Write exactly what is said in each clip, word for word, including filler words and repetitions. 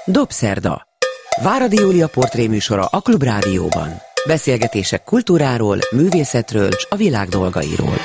Dobszerda. Váradi Júlia portréműsora a Klubrádióban. Beszélgetések kultúráról, művészetről és a világ dolgairól.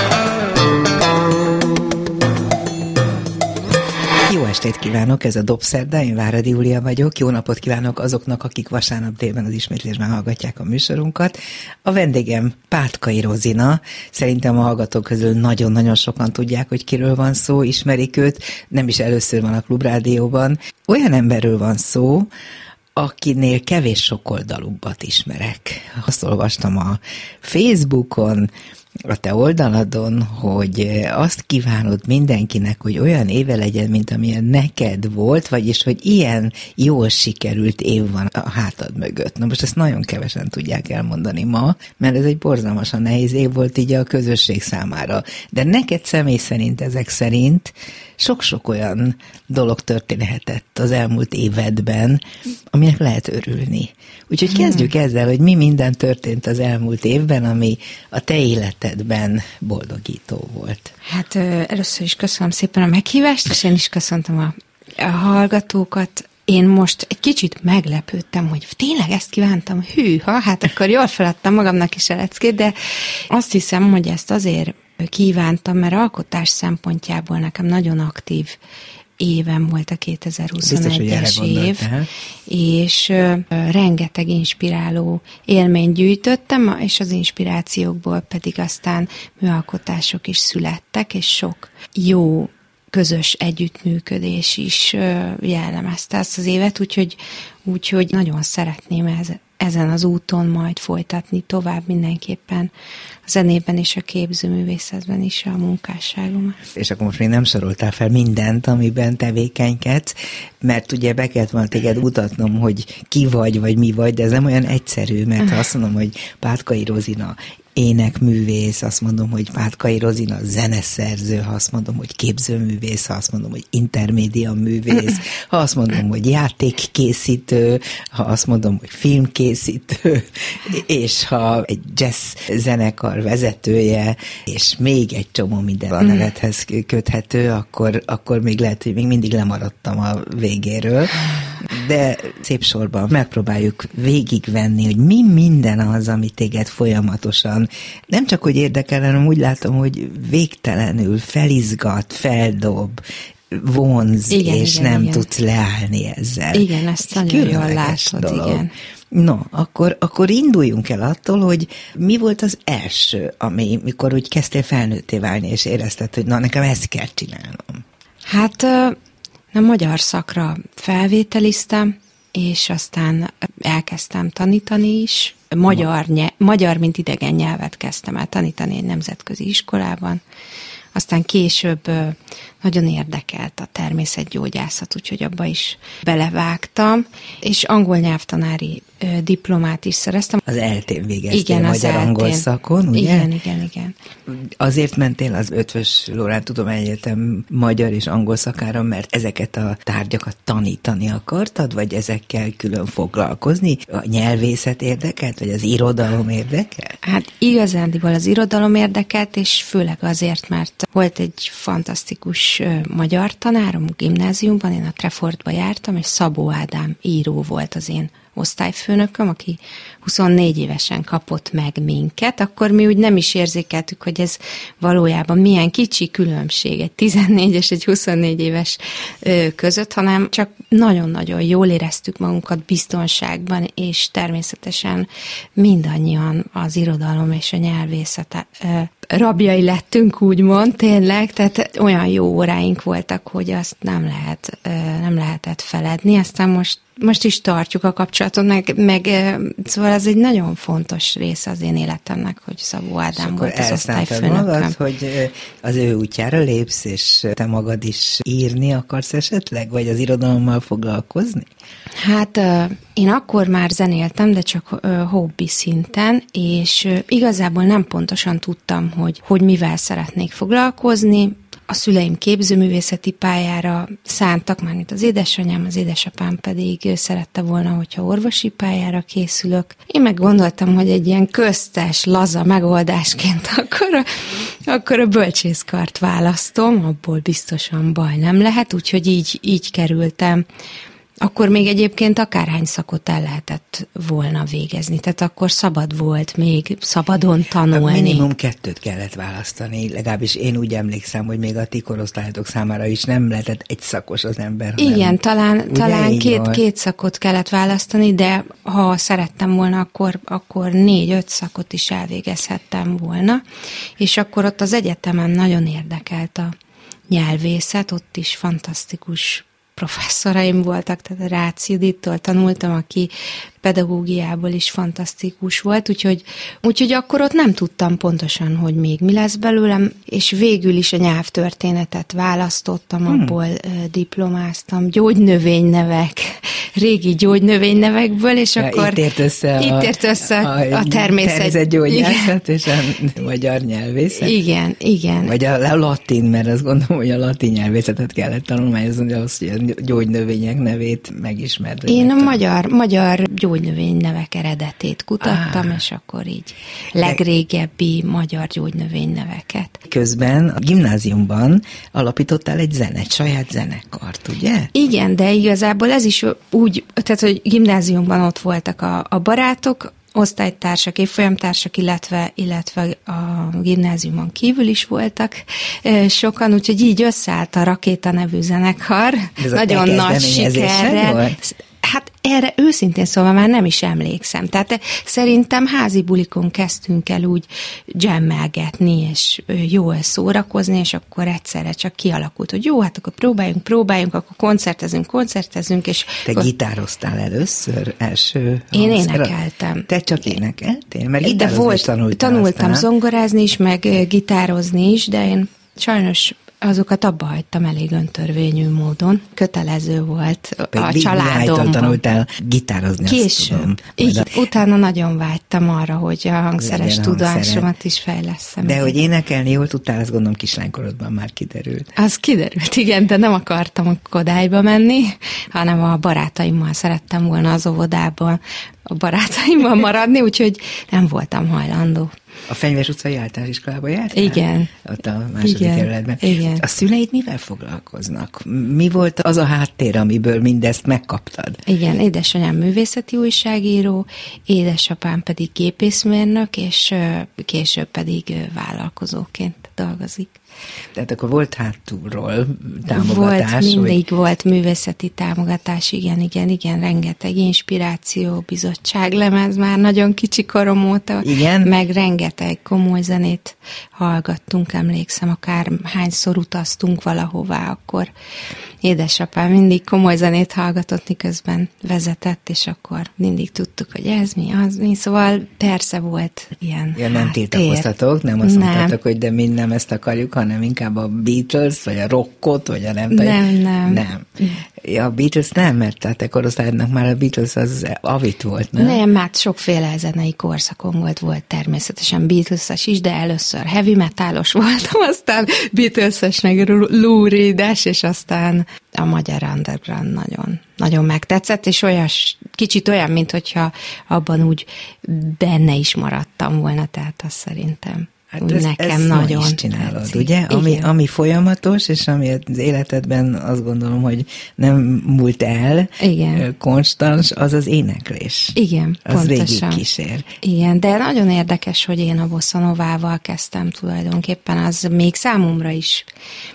Jó estét kívánok, ez a Dobszerda, én Váradi Júlia vagyok. Jó napot kívánok azoknak, akik vasárnap délben az ismétlésben hallgatják a műsorunkat. A vendégem Pátkai Rozina. Szerintem a hallgatók közül nagyon-nagyon sokan tudják, hogy kiről van szó, ismerik őt, nem is először van a Klubrádióban. Olyan emberről van szó, akinél kevés sokoldalúbbat ismerek. Azt olvastam a Facebookon, a te oldaladon, hogy azt kívánod mindenkinek, hogy olyan éve legyen, mint amilyen neked volt, vagyis, hogy ilyen jól sikerült év van a hátad mögött. Na most ezt nagyon kevesen tudják elmondani ma, mert ez egy borzalmasan nehéz év volt így a közösség számára. De neked személy szerint, ezek szerint sok-sok olyan dolog történhetett az elmúlt évedben, aminek lehet örülni. Úgyhogy kezdjük ezzel, hogy mi minden történt az elmúlt évben, ami a te életedben boldogító volt. Hát először is köszönöm szépen a meghívást, és én is köszöntöm a, a hallgatókat. Én most egy kicsit meglepődtem, hogy tényleg ezt kívántam, hűha, hát akkor jól feladtam magamnak is a leckét, de azt hiszem, hogy ezt azért kívántam, mert alkotás szempontjából nekem nagyon aktív évem volt a kétezer-huszonegyes év, és uh, rengeteg inspiráló élményt gyűjtöttem, és az inspirációkból pedig aztán műalkotások is születtek, és sok jó közös együttműködés is uh, jellemezte ezt az évet, úgyhogy, úgyhogy nagyon szeretném ez, ezen az úton majd folytatni tovább mindenképpen a zenében és a képzőművészetben is a munkásságomat. És akkor most még nem soroltál fel mindent, amiben tevékenykedsz, mert ugye be kellett volna téged mutatnom, hogy ki vagy, vagy mi vagy, de ez nem olyan egyszerű, mert ha azt mondom, hogy Pátkai Rozina énekművész, azt mondom, hogy Pátkai Rozina zeneszerző, ha azt mondom, hogy képzőművész, ha azt mondom, hogy intermédia művész, ha azt mondom, hogy játékkészítő, ha azt mondom, hogy filmkészítő, és ha egy jazz zenekar vezetője, és még egy csomó minden a nevedhez köthető, akkor, akkor még lehet, hogy még mindig lemaradtam a végéről. De szép sorban megpróbáljuk végigvenni, hogy mi minden az, ami téged folyamatosan nem csak, hogy érdekel, hanem úgy látom, hogy végtelenül felizgat, feldob, vonz, igen, és igen, nem igen. tudsz leállni ezzel. Igen, ezt nagyon jól látod, dolog. Igen. No, akkor, akkor induljunk el attól, hogy mi volt az első, ami, mikor úgy kezdtél felnőtté válni, és érezted, hogy na, nekem ezt kell csinálnom. Hát a magyar szakra felvételiztem, és aztán elkezdtem tanítani is. Magyar, nye, magyar, mint idegen nyelvet kezdtem el tanítani egy nemzetközi iskolában. Aztán később nagyon érdekelt a természetgyógyászat, úgyhogy abba is belevágtam, és angol nyelvtanári diplomát is szereztem. Az eltén végeztél a magyar-angol szakon, ugye? Igen, igen, igen. Azért mentél az Eötvös Loránd Tudományegyetem magyar és angol szakára, mert ezeket a tárgyakat tanítani akartad, vagy ezekkel külön foglalkozni? A nyelvészet érdekelt, vagy az irodalom érdekelt? Hát igazándiból az irodalom érdekelt, és főleg azért, mert volt egy fantasztikus magyar tanárom gimnáziumban, én a Trefordba jártam, és Szabó Ádám író volt az én osztályfőnököm, aki huszonnégy évesen kapott meg minket, akkor mi úgy nem is érzékeltük, hogy ez valójában milyen kicsi különbség egy tizennégy és egy huszonnégy éves között, hanem csak nagyon-nagyon jól éreztük magunkat biztonságban, és természetesen mindannyian az irodalom és a nyelvészet rabjai lettünk, úgymond, tényleg, tehát olyan jó óráink voltak, hogy azt nem lehet, nem lehetett feledni, aztán most Most is tartjuk a kapcsolatot, meg, meg szóval ez egy nagyon fontos része az én életemnek, hogy Szabó Ádám volt az osztályfőnököm. Magad, hogy az ő útjára lépsz, és te magad is írni akarsz esetleg, vagy az irodalommal foglalkozni? Hát én akkor már zenéltem, de csak hobbi szinten, és igazából nem pontosan tudtam, hogy, hogy mivel szeretnék foglalkozni. A szüleim képzőművészeti pályára szántak, már mint az édesanyám, az édesapám pedig szerette volna, hogyha orvosi pályára készülök. Én meg gondoltam, hogy egy ilyen köztes, laza megoldásként akkor a, akkor a bölcsészkart választom, abból biztosan baj nem lehet, úgyhogy így, így kerültem Akkor még egyébként akárhány szakot el lehetett volna végezni, tehát akkor szabad volt még szabadon tanulni. A minimum kettőt kellett választani, legalábbis én úgy emlékszem, hogy még a ti korosztályatok számára is nem lehetett egy szakos az ember. Igen, talán, talán két, két szakot kellett választani, de ha szerettem volna, akkor, akkor négy-öt szakot is elvégezhettem volna, és akkor ott az egyetemen nagyon érdekelt a nyelvészet, ott is fantasztikus professzoraim voltak, tehát Rácz Judittól tanultam, aki pedagógiából is fantasztikus volt, úgyhogy, úgyhogy akkor ott nem tudtam pontosan, hogy még mi lesz belőlem, és végül is a nyelvtörténetet választottam, hmm. abból uh, diplomáztam, gyógynövénynevek, régi gyógynövénynevekből, és ja, akkor itt ért össze, itt a, ért össze a, a természet. természetgyógyászat és a magyar nyelvészet. Igen, igen. Vagy a latin, mert azt gondolom, hogy a latin nyelvészetet kellett tanulmányozni, az, hogy a gyógynövények nevét megismerd. Én a magyar, magyar gyógynövénynevek eredetét kutattam, ah. és akkor így legrégebbi De... magyar gyógynövényneveket. Közben a gimnáziumban alapítottál egy zene, egy saját zenekart, ugye? Igen, de igazából ez is úgy, tehát, hogy gimnáziumban ott voltak a, a barátok, osztálytársak, évfolyamtársak, illetve, illetve a gimnáziumon kívül is voltak sokan, úgyhogy így összeállt a Rakéta nevű zenekar. Nagyon nagy sikerrel. Hát erre őszintén szóval már nem is emlékszem. Tehát szerintem házi bulikon kezdtünk el úgy jammelgetni, és jól szórakozni, és akkor egyszerre csak kialakult, hogy jó, hát akkor próbáljunk, próbáljunk, akkor koncertezünk, koncertezünk, és... Te gitároztál először, első Én hangszere? Énekeltem. Te csak énekeltél? Mert de volt, tanultam aztán. zongorázni is, meg gitározni is, de én sajnos azokat abba hagytam elég öntörvényű módon. Kötelező volt a, a családomban. Tanultál gitározni, Később. azt tudom. Így, a... Utána nagyon vágytam arra, hogy a hangszeres tudásomat is fejleszem. De hogy énekelni jól tudtál, azt gondolom kislánykorodban már kiderült. Az kiderült, igen, de nem akartam a kodályba menni, hanem a barátaimmal szerettem volna az óvodában a barátaimmal maradni, úgyhogy nem voltam hajlandó. A Fenyves utcai általános iskolába jártál? Igen. Ott a második igen. kerületben. Igen. A szüleid mivel foglalkoznak? Mi volt az a háttér, amiből mindezt megkaptad? Igen, édesanyám művészeti újságíró, édesapám pedig gépészmérnök, és később pedig vállalkozóként dolgozik. Tehát akkor volt hátulról támogatás? Volt, mindig hogy... volt művészeti támogatás, igen, igen, igen, rengeteg inspiráció, bizottság, lemez már nagyon kicsi korom óta, igen? Meg rengeteg komoly zenét hallgattunk, emlékszem, akár hányszor utaztunk valahová, akkor édesapám mindig komoly zenét hallgatott, miközben vezetett, és akkor mindig tudtuk, hogy ez mi, az mi, szóval persze volt ilyen ja, nem tiltakoztatok, nem azt nem. mondtátok, hogy de mi nem ezt akarjuk, hanem inkább a Beatles, vagy a rockot, vagy a nem tudom. Nem, nem. Nem. Ja, a Beatles nem, mert a te korosztályodnak már a Beatles az avit volt, nem? Nem, hát sokféle zenei korszakon volt, volt természetesen Beatles-es is, de először heavy metalos voltam, aztán Beatles-es, meg Lou Reed-es, és aztán a magyar underground nagyon, nagyon megtetszett, és olyas, kicsit olyan, mint hogyha abban úgy benne is maradtam volna, tehát azt szerintem. Hát ezt, nekem ezt nagyon is csinálod, tetszik. Ugye? Ami, ami folyamatos, és ami az életedben azt gondolom, hogy nem múlt el, igen. konstans, az az éneklés. Igen, az pontosan. végig kísér. Igen, de nagyon érdekes, hogy én a bossa-novával kezdtem tulajdonképpen, az még számomra is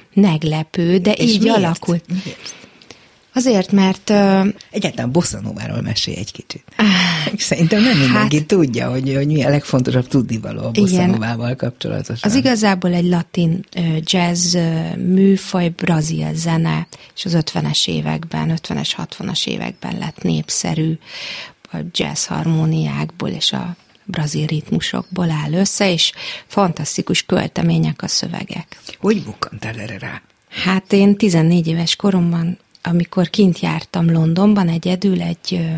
meglepő, de és így miért? alakult. Miért? Azért, mert... Uh, Egyáltalán bossa-nováról mesélj egy kicsit. Szerintem nem mindenki hát, tudja, hogy, hogy mi a legfontosabb tudnivaló a bossa-novával kapcsolatosan. Az igazából egy latin uh, jazz uh, műfaj, brazil zene, és az ötvenes években, ötvenes, hatvanas években lett népszerű, a jazz harmóniákból és a brazil ritmusokból áll össze, és fantasztikus költemények a szövegek. Hogy bukkantál erre rá? Hát én tizennégy éves koromban, amikor kint jártam Londonban egyedül egy,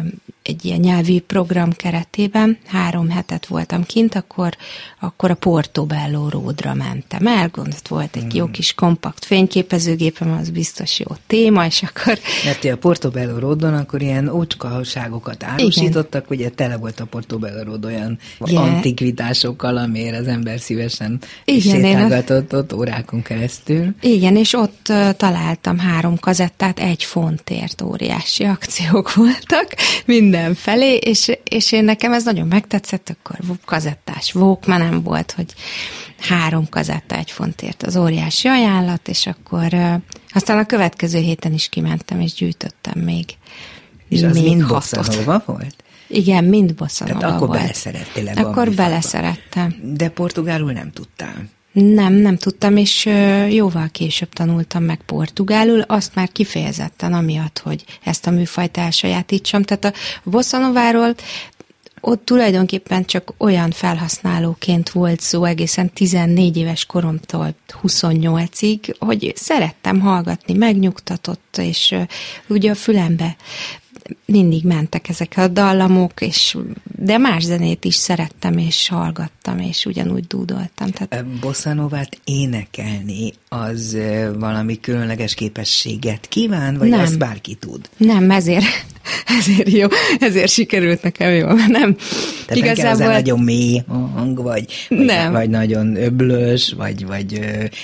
egy ilyen nyelvi program keretében, három hetet voltam kint, akkor, akkor a Portobello Roadra mentem el, gondolt volt egy jó kis kompakt fényképezőgépem, az biztos jó téma, és akkor... Mert a Portobello Roadon akkor ilyen ócskaságokat árusítottak, igen. Ugye tele volt a Portobello Road olyan igen. antikvitásokkal, amire az ember szívesen sétálgatott ott órákon keresztül. Igen, és ott uh, találtam három kazettát, egy fontért, óriási akciók voltak mindenfelé, és, és én nekem ez nagyon megtetszett, akkor kazettás Walkmanem volt, hogy három kazetta egy fontért, az óriási ajánlat, és akkor uh, aztán a következő héten is kimentem, és gyűjtöttem még És az még mind hatot. bosszanova volt? Igen, mind bosszanova volt. Tehát akkor beleszerettél ebbe Akkor a beleszerettem. De portugálul nem tudtál? Nem, nem tudtam, és jóval később tanultam meg portugálul, azt már kifejezetten amiatt, hogy ezt a műfajt elsajátítsam. Tehát a bosszanováról ott tulajdonképpen csak olyan felhasználóként volt szó egészen tizennégy éves koromtól huszonnyolcig, hogy szerettem hallgatni, megnyugtatott, és ugye a fülembe mindig mentek ezek a dallamok, és, de más zenét is szerettem, és hallgattam, és ugyanúgy dúdoltam. Tehát... Bossanovát énekelni, az valami különleges képességet kíván, vagy nem. azt bárki tud? Nem, ezért, ezért jó, ezért sikerült nekem jó, nem. Tehát igazából... nem kell nagyon mély hang, vagy, vagy, nem. vagy nagyon öblös, vagy, vagy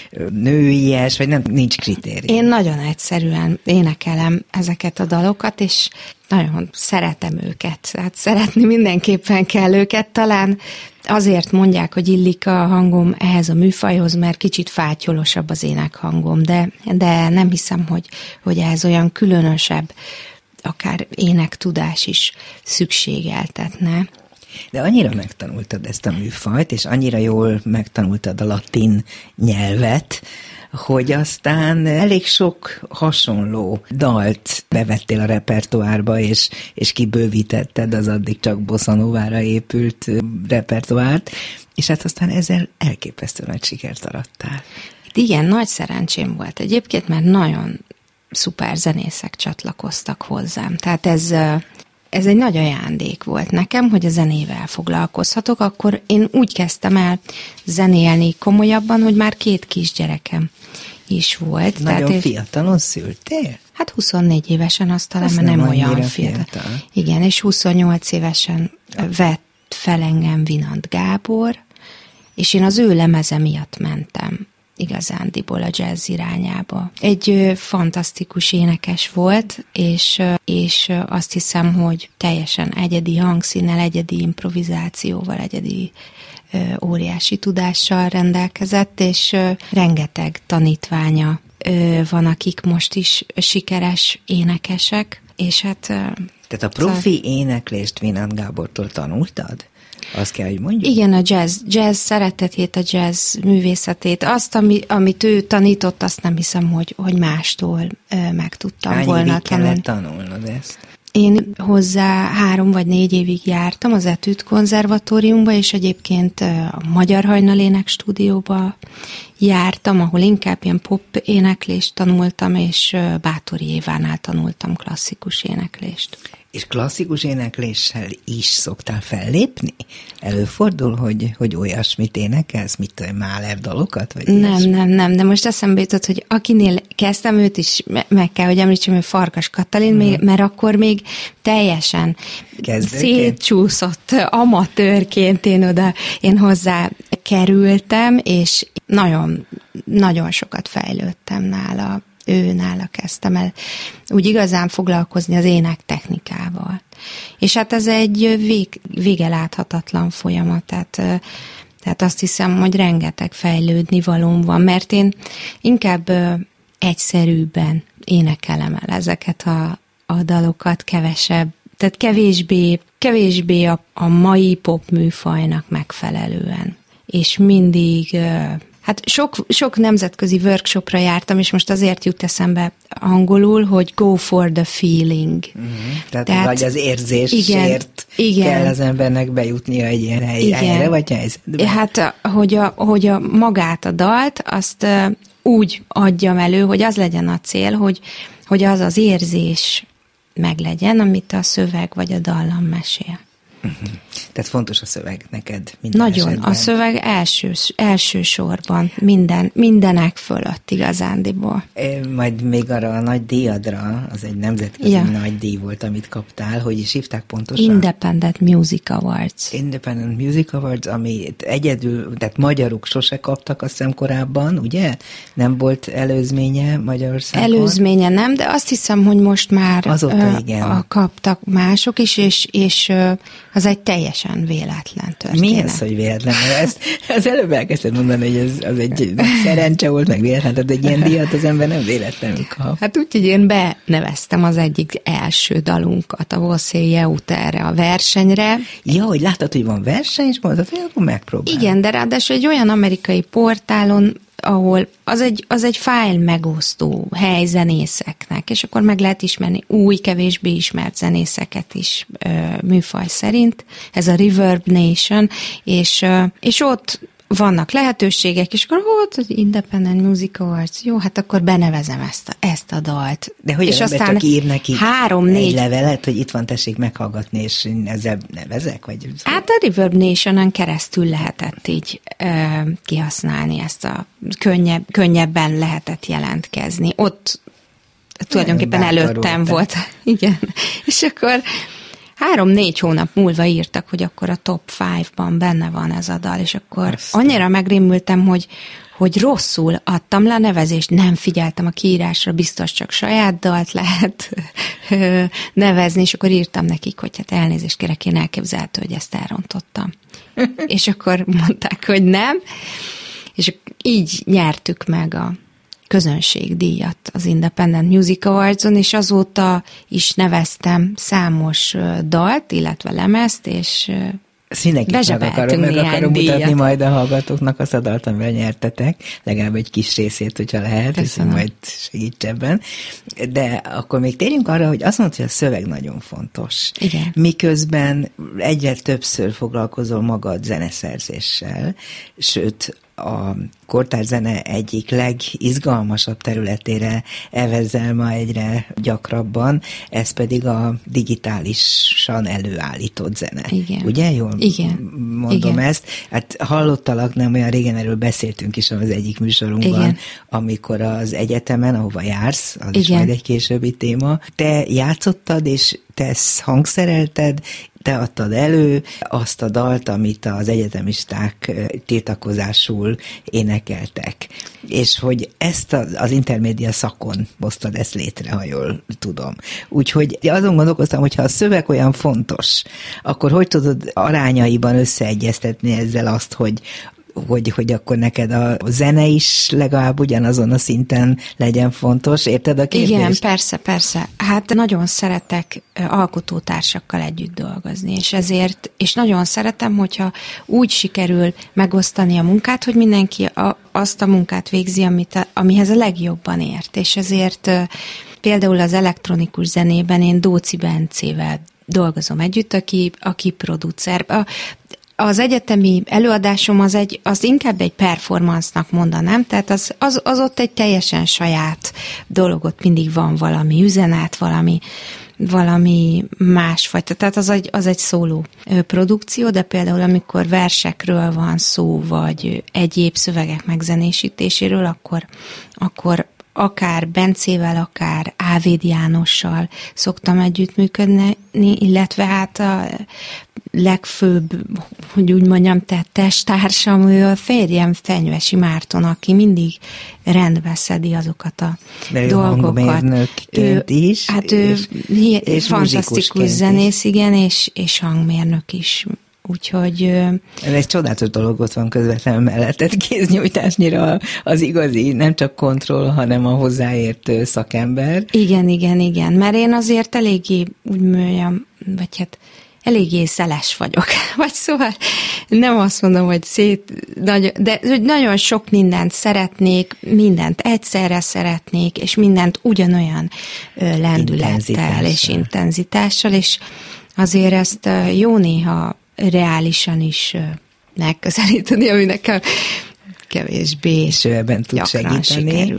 nőies, vagy nem, nincs kritérium. Én nagyon egyszerűen énekelem ezeket a dalokat, és nagyon szeretem őket. Hát szeretni mindenképpen kell őket. Talán azért mondják, hogy illik a hangom ehhez a műfajhoz, mert kicsit fátyolosabb az énekhangom, de, de nem hiszem, hogy, hogy ez olyan különösebb, akár énektudás is szükségeltetne. De annyira megtanultad ezt a műfajt, és annyira jól megtanultad a latin nyelvet, hogy aztán elég sok hasonló dalt bevettél a repertoárba, és, és kibővítetted az addig csak bosszanovára épült repertoárt, és hát aztán ezzel elképesztő nagy sikert arattál. Igen, nagy szerencsém volt egyébként, mert nagyon szuper zenészek csatlakoztak hozzám. Tehát ez... Ez egy nagy ajándék volt nekem, hogy a zenével foglalkozhatok, akkor én úgy kezdtem el zenélni komolyabban, hogy már két kisgyerekem is volt. Nagyon Tehát fiatalon szültél? Hát huszonnégy évesen azt talán, mert nem, nem olyan fiatal. fiatal. Igen, és huszonnyolc évesen ja. vett fel engem Vinant Gábor, és én az ő lemeze miatt mentem igazándiból a jazz irányába. Egy ö, fantasztikus énekes volt, és, ö, és ö, azt hiszem, hogy teljesen egyedi hangszínnel, egyedi improvizációval, egyedi ö, óriási tudással rendelkezett, és ö, rengeteg tanítványa ö, van, akik most is sikeres énekesek, és hát... Ö, Tehát a profi szóval... éneklést Vinant Gábortól tanultad? Azt kell, hogy mondjuk? Igen, a jazz, jazz szeretetét, a jazz művészetét, azt, ami, amit ő tanított, azt nem hiszem, hogy, hogy mástól ö, meg tudtam Hány volna évig tanulni. kellett tanulnod ezt? Én hozzá három vagy négy évig jártam az Etüd konzervatóriumba, és egyébként a Magyar Hajnalének stúdióba jártam, ahol inkább ilyen pop éneklést tanultam, és Báthori Évánál tanultam klasszikus éneklést. És klasszikus énekléssel is szoktál fellépni? Előfordul, hogy, hogy olyasmit énekelsz, mit tudom, Mahler dalokat? Vagy nem, ilyesmi? nem, nem, de most eszembe jutott, hogy akinél kezdtem, őt is meg kell, hogy említsem, hogy Farkas Katalin, mm. még, mert akkor még teljesen Kezdőként? szétcsúszott amatőrként én oda, én hozzá kerültem, és nagyon, nagyon sokat fejlődtem nála. Ő nála kezdtem el úgy igazán foglalkozni az énektechnikával. És hát ez egy vég, vége láthatatlan folyamat, tehát, tehát azt hiszem, hogy rengeteg fejlődni valóm van, mert én inkább egyszerűbben énekelem el ezeket a, a dalokat, kevesebb, tehát kevésbé, kevésbé a, a mai pop műfajnak megfelelően. És mindig... Hát sok, sok nemzetközi workshopra jártam, és most azért jut eszembe angolul, hogy go for the feeling. Uh-huh. Tehát, Tehát vagy az érzésért igen, kell az embernek bejutnia egy ilyen hely, helyre, vagy helyzetbe? Hát, hogy a, hogy a magát a dalt, azt úgy adjam elő, hogy az legyen a cél, hogy, hogy az az érzés meglegyen, amit a szöveg vagy a dallam mesél. Uh-huh. Tehát fontos a szöveg neked minden Nagyon. esetben. A szöveg első, első sorban, minden, mindenek fölött igazándiból. E, majd még arra a nagy díjadra, az egy nemzetközi ja. nagy díj volt, amit kaptál, hogy is hívták pontosan? Independent Music Awards. Independent Music Awards, amit egyedül, tehát magyarok sose kaptak, azt hiszem korábban, ugye? Nem volt előzménye Magyarországon? Előzménye nem, de azt hiszem, hogy most már azóta ö, igen. A, kaptak mások is, és, és ö, az egy teljesen véletlen történet. Mi az, hogy véletlen? Ezt, az előbb elkezdted mondani, hogy ez az egy szerencse volt, meg véletlen, tehát egy ilyen díjat az ember nem véletlenül kap. Hát úgyhogy én beneveztem az egyik első dalunkat, a Voszéljeut erre a versenyre. Ja, hogy láttad, hogy van verseny, és mondtad, hogy akkor megpróbálj. Igen, de ráadásul egy olyan amerikai portálon, ahol az egy, az egy fájl megosztó hely zenészeknek, és akkor meg lehet ismerni új, kevésbé ismert zenészeket is ö, műfaj szerint. Ez a Reverb Nation, és, ö, és ott vannak lehetőségek, és akkor ott az Independent Music Awards, jó, hát akkor benevezem ezt a, ezt a dalt. De hogy és aztán csak ír neki három, egy négy... levelet, hogy itt van, tessék meghallgatni, és ezzel nevezek? Vagy... Hát a Reverb Nation-on keresztül lehetett így ö, kihasználni ezt a könnyebb, könnyebben lehetett jelentkezni. Ott tulajdonképpen előttem volt. Igen. És akkor három-négy hónap múlva írtak, hogy akkor a top five-ban benne van ez a dal, és akkor Aztán. annyira megrémültem, hogy, hogy rosszul adtam le a nevezést, nem figyeltem a kiírásra, biztos csak saját dalt lehet nevezni, és akkor írtam nekik, hogy hát elnézést kérek, én elképzelhető, hogy ezt elrontottam. És akkor mondták, hogy nem, és így nyertük meg a közönségdíjat az Independent Music Awards-on, és azóta is neveztem számos dalt, illetve lemezt, és bezsebeltünk meg akarom, meg akarom mutatni díjat. Majd a hallgatóknak azt a dalt, amivel nyertetek, legalább egy kis részét, hogyha lehet, és majd segíts ebben. De akkor még térjünk arra, hogy azt mondod, hogy a szöveg nagyon fontos. Igen. Miközben egyre többször foglalkozol magad zeneszerzéssel, sőt, a kortárs-zene egyik legizgalmasabb területére evezzel ma egyre gyakrabban, ez pedig a digitálisan előállított zene. Igen. Ugye? Jól Igen. mondom Igen. ezt. Hát hallottalak, nem olyan régen, erről beszéltünk is az egyik műsorunkban, Igen. amikor az egyetemen, ahova jársz, az Igen. is majd egy későbbi téma, te játszottad, és te hangszerelted, te adtad elő azt a dalt, amit az egyetemisták tiltakozásul énekeltek. És hogy ezt az intermédia szakon hoztad ezt létre, ha jól tudom. Úgyhogy azon gondolkoztam, hogy ha a szöveg olyan fontos, akkor hogy tudod arányaiban összeegyeztetni ezzel azt, hogy Hogy, hogy akkor neked a zene is legalább ugyanazon a szinten legyen fontos, érted a kérdést? Igen, persze, persze. Hát nagyon szeretek alkotótársakkal együtt dolgozni, és ezért, és nagyon szeretem, hogyha úgy sikerül megosztani a munkát, hogy mindenki a, azt a munkát végzi, amit a, amihez a legjobban ért, és ezért például az elektronikus zenében én Dóci Bencével dolgozom együtt, aki, aki producer. A, Az egyetemi előadásom az, egy, az inkább egy performance-nak mondanám, tehát az, az, az ott egy teljesen saját dolog, ott mindig van valami üzenet, valami, valami másfajta, tehát az egy, az egy szóló produkció, de például amikor versekről van szó, vagy egyéb szövegek megzenésítéséről, akkor, akkor akár Bencével, akár Ávéd Jánossal szoktam együttműködni, illetve hát a legfőbb, hogy úgy mondjam, tehát testtársam, ő a férjem, Fenyvesi Márton, aki mindig rendbe szedi azokat a de dolgokat. Ő is. Hát ő és, és fantasztikus zenész, is. Igen, és, és hangmérnök is. Úgyhogy... Ez egy csodálatos dolog, ott van közvetlenül melletted kéznyújtásnyira az igazi, nem csak kontroll, hanem a hozzáértő szakember. Igen, igen, igen, mert én azért eléggé, úgy mondjam, vagy hát eléggé szeles vagyok. Vagy szóval nem azt mondom, hogy szét, de nagyon sok mindent szeretnék, mindent egyszerre szeretnék, és mindent ugyanolyan lendülettel és intenzitással, és azért ezt jó néha reálisan is megközelíteni, ami nekem kevésbé és ebben tud segíteni. Sikerül.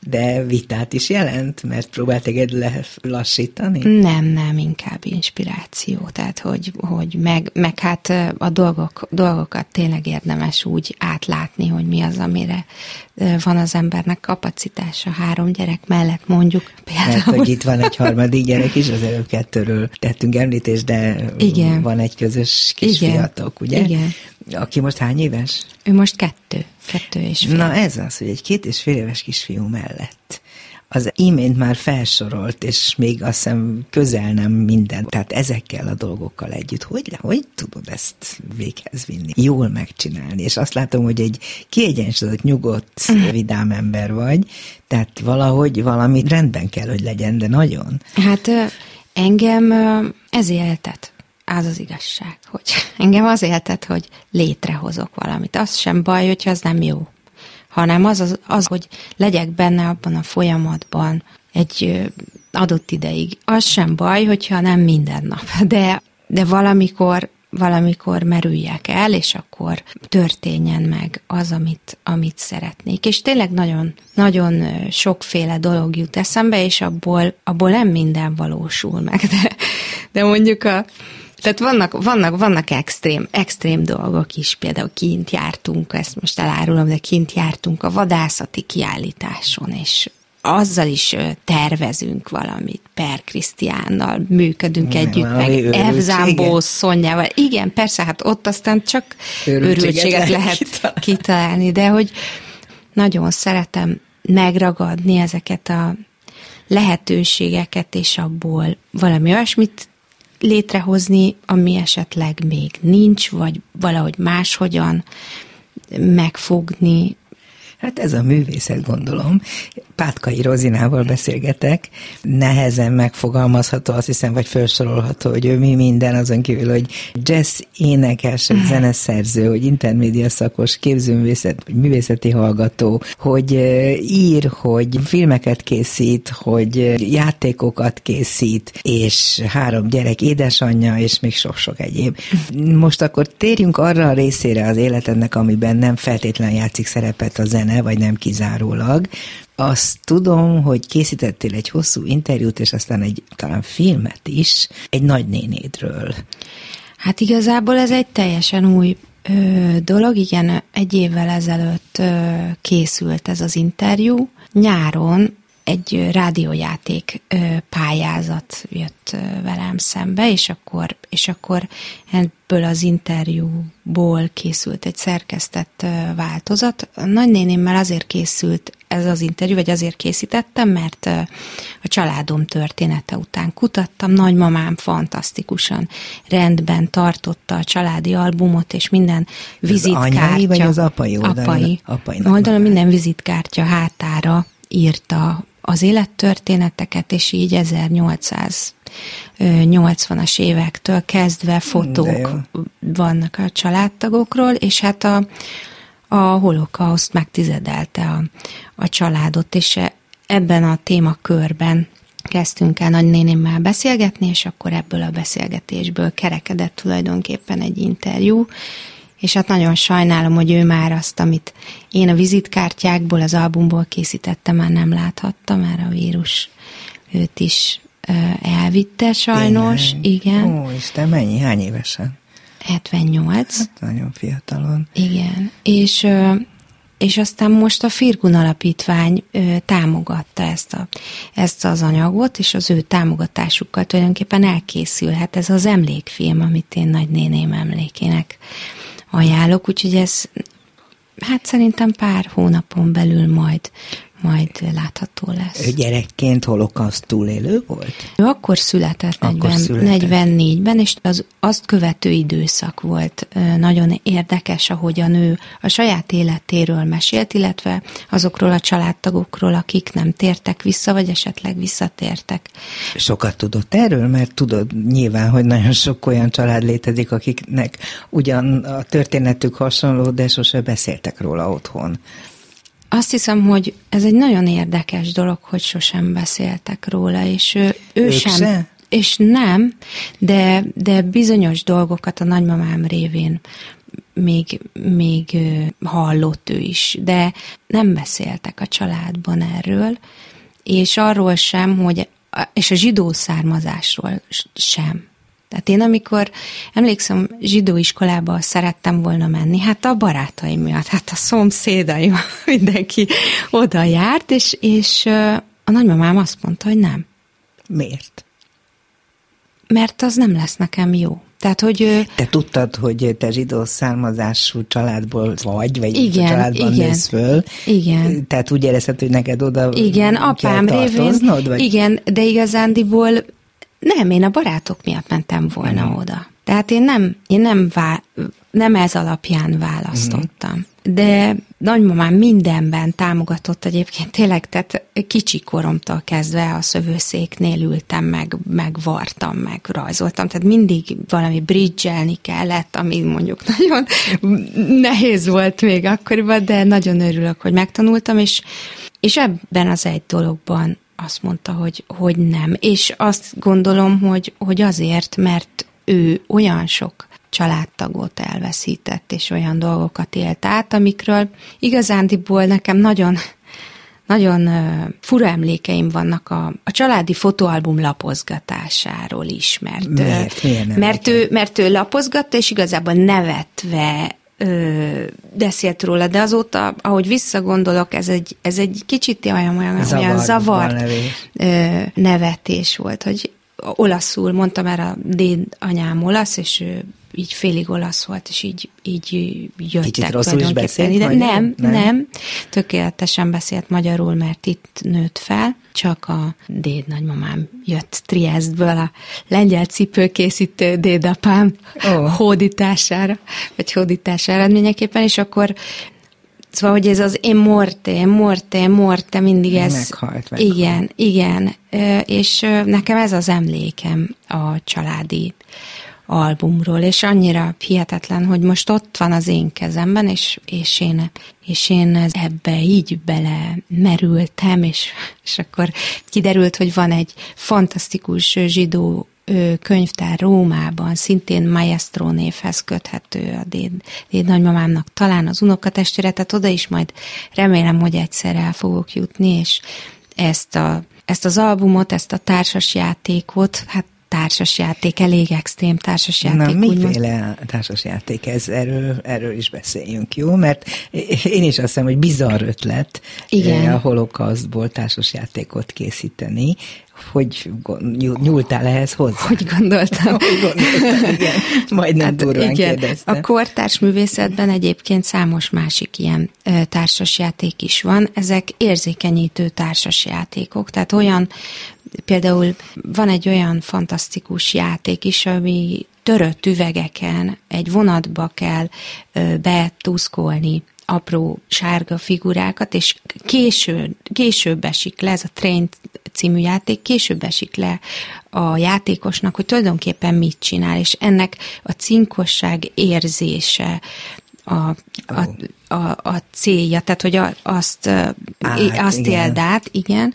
De vitát is jelent, mert próbált téged lelassítani? Nem, nem, inkább inspiráció. Tehát, hogy, hogy meg, meg hát a dolgok, dolgokat tényleg érdemes úgy átlátni, hogy mi az, amire van az embernek kapacitása három gyerek mellett, mondjuk például. Mert hogy itt van egy harmadik gyerek is, az előbb kettőről tettünk említést, de igen. Van egy közös kisfiatok, ugye? Igen. Aki most hány éves? Ő most kettő, kettő és fél. Na ez az, hogy egy két és fél éves kisfiú mellett az imént már felsorolt, és még azt hiszem közel nem minden. Tehát ezekkel a dolgokkal együtt, hogy, hogy tudod ezt véghez vinni? Jól megcsinálni. És azt látom, hogy egy kiegyensúlyozott, nyugodt, uh-huh. vidám ember vagy, tehát valahogy valami rendben kell, hogy legyen, de nagyon. Hát engem ez éltet. Az az igazság, hogy engem az éltet, hogy létrehozok valamit. Az sem baj, hogyha az nem jó, hanem az, az, az, hogy legyek benne abban a folyamatban egy adott ideig. Az sem baj, hogyha nem minden nap, de, de valamikor, valamikor merüljek el, és akkor történjen meg az, amit, amit szeretnék. És tényleg nagyon, nagyon sokféle dolog jut eszembe, és abból, abból nem minden valósul meg, de, de mondjuk a Tehát vannak, vannak, vannak extrém, extrém dolgok is, például kint jártunk, ezt most elárulom, de kint jártunk a vadászati kiállításon, és azzal is tervezünk valamit, Per Krisztiánnal működünk nem, együtt, meg Evzámbó Szonyával. Igen, persze, hát ott aztán csak őrültséget, őrültséget lehet kitalálni. kitalálni, de hogy nagyon szeretem megragadni ezeket a lehetőségeket, és abból valami olyasmit létrehozni, ami esetleg még nincs, vagy valahogy máshogyan megfogni. Hát ez a művészet, gondolom. Pátkai Rozinával beszélgetek, nehezen megfogalmazható, azt hiszem, vagy felsorolható, hogy ő mi minden, azon kívül, hogy jazz énekes, hogy zeneszerző, hogy intermédia szakos, képzőművészet, vagy művészeti hallgató, hogy ír, hogy filmeket készít, hogy játékokat készít, és három gyerek édesanyja, és még sok-sok egyéb. Most akkor térjünk arra a részére az életednek, amiben nem feltétlenül játszik szerepet a zene, vagy nem kizárólag. Azt tudom, hogy készítettél egy hosszú interjút, és aztán egy talán filmet is, egy nagynénédről. Hát igazából ez egy teljesen új ö, dolog, igen, egy évvel ezelőtt ö, készült ez az interjú. Nyáron egy rádiójáték ö, pályázat jött ö, velem szembe, és akkor, és akkor ebből az interjúból készült egy szerkesztett ö, változat. A nagynénémmel azért készült ez az interjú, vagy azért készítettem, mert ö, a családom története után kutattam. Nagymamám fantasztikusan rendben tartotta a családi albumot, és minden vizitkártya. Az anyai vagy az apai oldalon? Apai. apai oldalon minden vizitkártya hátára írta az élettörténeteket, és így ezernyolcszáznyolcvanas évektől kezdve fotók vannak a családtagokról, és hát a, a holokauszt megtizedelte a, a családot, és ebben a témakörben kezdtünk el nagynénémmel beszélgetni, és akkor ebből a beszélgetésből kerekedett tulajdonképpen egy interjú, és hát nagyon sajnálom, hogy ő már azt, amit én a vizitkártyákból, az albumból készítettem, már nem láthatta, már a vírus őt is elvitte sajnos. Tényleg? Igen. Ó, Isten, mennyi? Hány évesen? hetvennyolc. Hát nagyon fiatalon. Igen. És, és aztán most a Firgun Alapítvány támogatta ezt, a, ezt az anyagot, és az ő támogatásukkal tulajdonképpen elkészülhet ez az emlékfilm, amit én nagynéném emlékének ajánlok, úgyhogy ez hát szerintem pár hónapon belül majd, majd látható lesz. Ő gyerekként holokauszt túlélő volt? Ő akkor született, akkor negyven, született. negyvennégyben, és az azt követő időszak volt nagyon érdekes, ahogyan ő a saját életéről mesélt, illetve azokról a családtagokról, akik nem tértek vissza, vagy esetleg visszatértek. Sokat tudott erről? Mert tudod nyilván, hogy nagyon sok olyan család létezik, akiknek ugyan a történetük hasonló, de sose beszéltek róla otthon. Azt hiszem, hogy ez egy nagyon érdekes dolog, hogy sosem beszéltek róla, és ő, ő sem, se? és nem, de, de bizonyos dolgokat a nagymamám révén még, még hallott ő is, de nem beszéltek a családban erről, és arról sem, hogy, és a zsidó származásról sem. Tehát én amikor, emlékszem, zsidó iskolába szerettem volna menni, hát a barátaim miatt, hát a szomszédaim, mindenki oda járt, és, és a nagymamám azt mondta, hogy nem. Miért? Mert az nem lesz nekem jó. Tehát, hogy... Te tudtad, hogy te zsidó származású családból vagy, vagy igen, a családban igen, nősz föl. Igen. Tehát úgy érezted, hogy neked oda igen, apám révén, vagy? Igen, de igazándiból nem, én a barátok miatt mentem volna uh-huh. oda. Tehát én nem, én nem, vá, nem ez alapján választottam. Uh-huh. De nagymamám mindenben támogatott egyébként, tényleg, tehát kicsi koromtól kezdve a szövőszéknél ültem, meg, meg vartam, meg rajzoltam, tehát mindig valami bridge-elni kellett, ami mondjuk nagyon nehéz volt még akkoriban, de nagyon örülök, hogy megtanultam, és, és ebben az egy dologban azt mondta, hogy, hogy nem. És azt gondolom, hogy, hogy azért, mert ő olyan sok családtagot elveszített, és olyan dolgokat élt át, amikről igazándiból nekem nagyon, nagyon fura emlékeim vannak a, a családi fotóalbum lapozgatásáról is, mert, Miért? Miért mert, ő, mert ő lapozgatta, és igazából nevetve Ö, beszélt róla, de azóta, ahogy visszagondolok, ez egy, ez egy kicsit olyan, olyan, olyan zavart ö, nevetés volt, hogy olaszul, mondtam már, a déd anyám olasz, és ő így félig olasz volt, és így, így jöttek. Kicsit rosszul is beszélt ide. magyarul? Nem, nem, nem. Tökéletesen beszélt magyarul, mert itt nőtt fel. Csak a déd nagymamám jött Triestből a lengyel cipőkészítő dédapám oh. hódítására, vagy hódítása eredményeképpen, és akkor szóval, hogy ez az én morte, morte, morte, mindig ez... Meghalt, meghalt. Igen, igen. És nekem ez az emlékem a családi albumról, és annyira hihetetlen, hogy most ott van az én kezemben, és, és, én, és én ebbe így bele merültem, és, és akkor kiderült, hogy van egy fantasztikus zsidó könyvtár Rómában, szintén Maestro névhez köthető a déd, déd nagymamámnak, talán az unokatestvére, tehát oda is majd remélem, hogy egyszer el fogok jutni, és ezt, a, ezt az albumot, ezt a társasjátékot, hát társasjáték, elég extrém társasjáték. Na, miféle társasjáték ez? Erről, erről is beszéljünk, jó? Mert én is azt hiszem, hogy bizarr ötlet igen. a holokausztból társasjátékot készíteni. Hogy nyúltál ehhez hozzá? Hogy gondoltam? Hogy gondoltam, igen. Majdnem hát, durván igen. kérdeztem. A kortárs művészetben egyébként számos másik ilyen társasjáték is van. Ezek érzékenyítő társasjátékok, tehát olyan, például van egy olyan fantasztikus játék is, ami törött üvegeken egy vonatba kell betuszkolni apró sárga figurákat, és késő, később esik le, ez a Train című játék, később esik le a játékosnak, hogy tulajdonképpen mit csinál, és ennek a cinkosság érzése a, a, a, a célja, tehát hogy a, azt, Át, azt éld át, igen,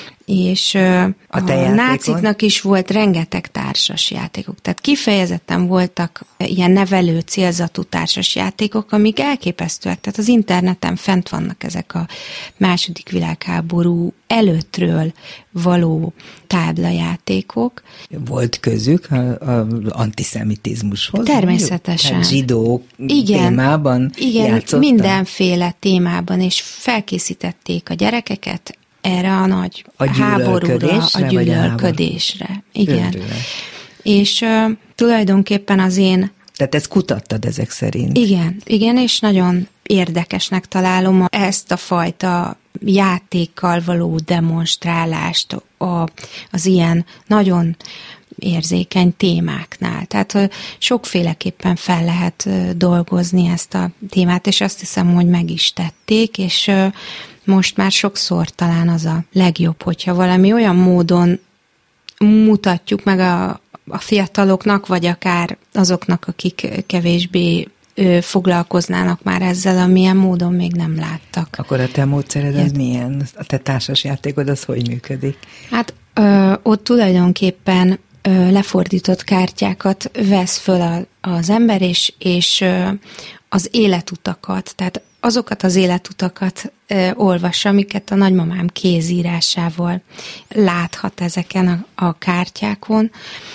és a, a náciknak is volt rengeteg társas játékok. Tehát kifejezetten voltak ilyen nevelő célzatú társas játékok, amik elképesztőek. Tehát az interneten fent vannak ezek a második világháború előttről való táblajátékok. Volt közük az antiszemitizmushoz? Természetesen. Tehát zsidó igen, témában igen, játszottak? Mindenféle témában, és felkészítették a gyerekeket erre a nagy a háborúra, a gyűlölködésre. Igen. Őrület. És uh, tulajdonképpen az én... Tehát ezt kutattad ezek szerint? Igen, igen, és nagyon érdekesnek találom ezt a fajta játékkal való demonstrálást a, az ilyen nagyon érzékeny témáknál. Tehát uh, sokféleképpen fel lehet uh, dolgozni ezt a témát, és azt hiszem, hogy meg is tették, és uh, most már sokszor talán az a legjobb, hogyha valami olyan módon mutatjuk meg a, a fiataloknak, vagy akár azoknak, akik kevésbé ö, foglalkoznának már ezzel, amilyen módon még nem láttak. Akkor a te módszered az milyen? A te társasjátékod az hogy működik? Hát ö, ott tulajdonképpen ö, lefordított kártyákat vesz föl a, az ember, és, és ö, az életutakat, tehát azokat az életutakat ö, olvassa, amiket a nagymamám kézírásával láthat ezeken a, a kártyákon,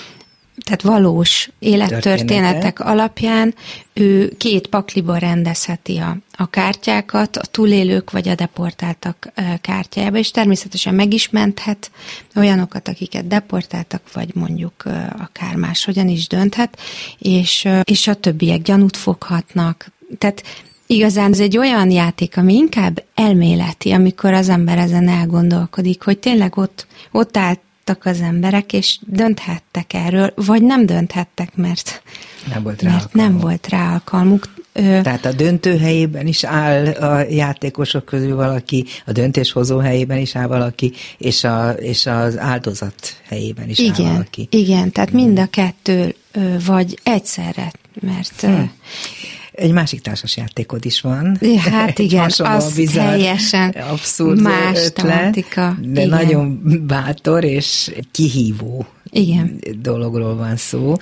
tehát valós élettörténetek alapján ő két pakliba rendezheti a, a kártyákat, a túlélők vagy a deportáltak kártyájába, és természetesen meg is menthet olyanokat, akiket deportáltak, vagy mondjuk akár máshogyan is dönthet, és, és a többiek gyanút foghatnak. Tehát igazán ez egy olyan játék, ami inkább elméleti, amikor az ember ezen elgondolkodik, hogy tényleg ott, ott állt az emberek, és dönthettek erről, vagy nem dönthettek, mert nem volt rá, mert nem volt rá alkalmuk. Tehát a döntő helyében is áll a játékosok közül valaki, a döntéshozó helyében is áll valaki, és, a, és az áldozat helyében is igen, áll valaki. Igen, tehát mind a kettő, vagy egyszerre, mert... Hmm. Egy másik társasjátékod is van. Hát igen, az bizarr, teljesen abszurd más ötlet, tematika. De igen. nagyon bátor és kihívó igen. dologról van szó.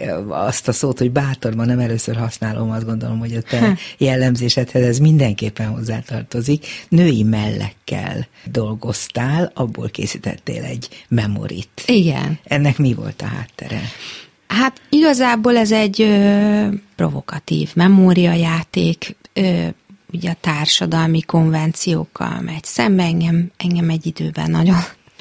Azt a szót, hogy bátorban nem először használom, azt gondolom, hogy a te ha. jellemzésedhez ez mindenképpen hozzátartozik. Női mellekkel dolgoztál, abból készítettél egy memorit. Igen. Ennek mi volt a háttere? Hát igazából ez egy ö, provokatív memóriajáték, ö, ugye a társadalmi konvenciókkal megy szembe, engem, engem egy időben nagyon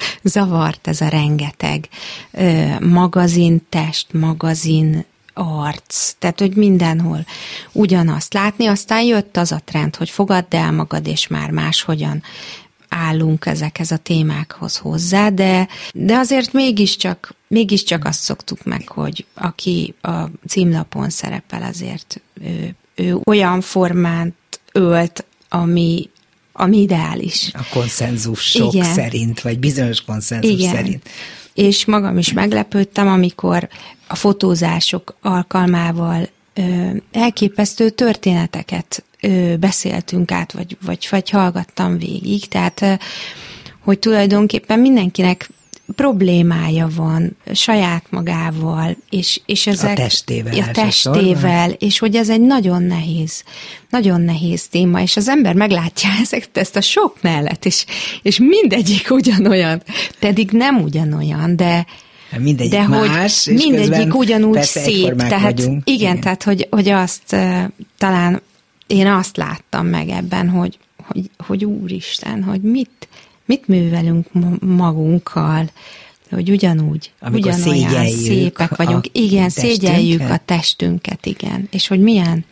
zavart ez a rengeteg ö, magazintest, magazin arc, tehát hogy mindenhol ugyanazt látni, aztán jött az a trend, hogy fogadd el magad, és már máshogyan állunk ezekhez a témákhoz hozzá, de, de azért mégiscsak, mégiscsak azt szoktuk meg, hogy aki a címlapon szerepel, azért ő, ő olyan formát ölt, ami, ami ideális. A konszenzusok Igen. szerint, vagy bizonyos konszenzus Igen. szerint. És magam is meglepődtem, amikor a fotózások alkalmával ö, elképesztő történeteket ö, beszéltünk át, vagy, vagy, vagy hallgattam végig, tehát ö, hogy tulajdonképpen mindenkinek problémája van saját magával, és, és ezek... A testével. A testével, és hogy ez egy nagyon nehéz, nagyon nehéz téma, és az ember meglátja ezeket, ezt a sok mellett, és, és mindegyik ugyanolyan, pedig nem ugyanolyan, de mindegyik de más, hogy és mindegyik ugyanúgy szép. Tehát, vagyunk. Igen, igen, tehát hogy, hogy azt talán én azt láttam meg ebben, hogy, hogy, hogy úristen, hogy mit mit művelünk magunkkal, hogy ugyanúgy, amikor ugyanolyan szépek vagyunk. Igen, szégyeljük a testünket, igen. És hogy milyen,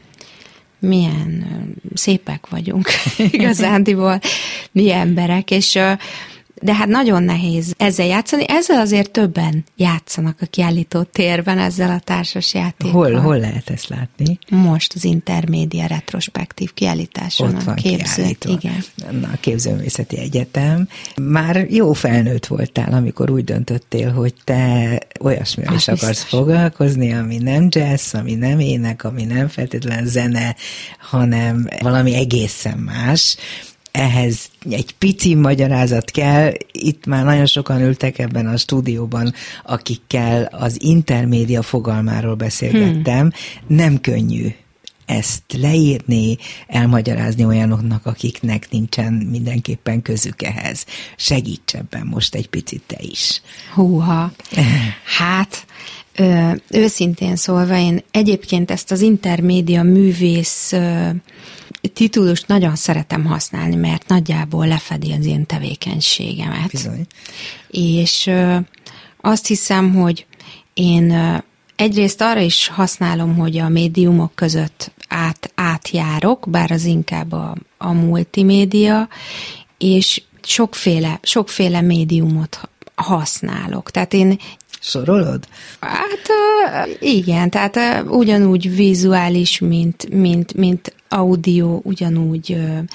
milyen szépek vagyunk igazándiból, mi emberek, és de hát nagyon nehéz ezzel játszani. Ezzel azért többen játszanak a kiállító térben, ezzel a társasjátékkal. Hol, hol lehet ezt látni? Most az Intermédia retrospektív kiállításon. Ott van a képző, igen. Na, a Képzőművészeti Egyetem. Már jó felnőtt voltál, amikor úgy döntöttél, hogy te olyasmivel is akarsz biztos. foglalkozni, ami nem jazz, ami nem ének, ami nem feltétlen zene, hanem valami egészen más. Ehhez egy pici magyarázat kell, itt már nagyon sokan ültek ebben a stúdióban, akikkel az intermédia fogalmáról beszélgettem. Hmm. Nem könnyű ezt leírni, elmagyarázni olyanoknak, akiknek nincsen mindenképpen közük ehhez. Segíts ebben most egy picit te is. Húha, hát... Ö, őszintén szólva, én egyébként ezt az intermédia művész ö, titulust nagyon szeretem használni, mert nagyjából lefedi az én tevékenységemet. Bizony. És ö, azt hiszem, hogy én ö, egyrészt arra is használom, hogy a médiumok között át, átjárok, bár az inkább a, a multimédia, és sokféle, sokféle médiumot használok. Tehát én sorolod? Hát igen, tehát ugyanúgy vizuális, mint, mint, mint audio, ugyanúgy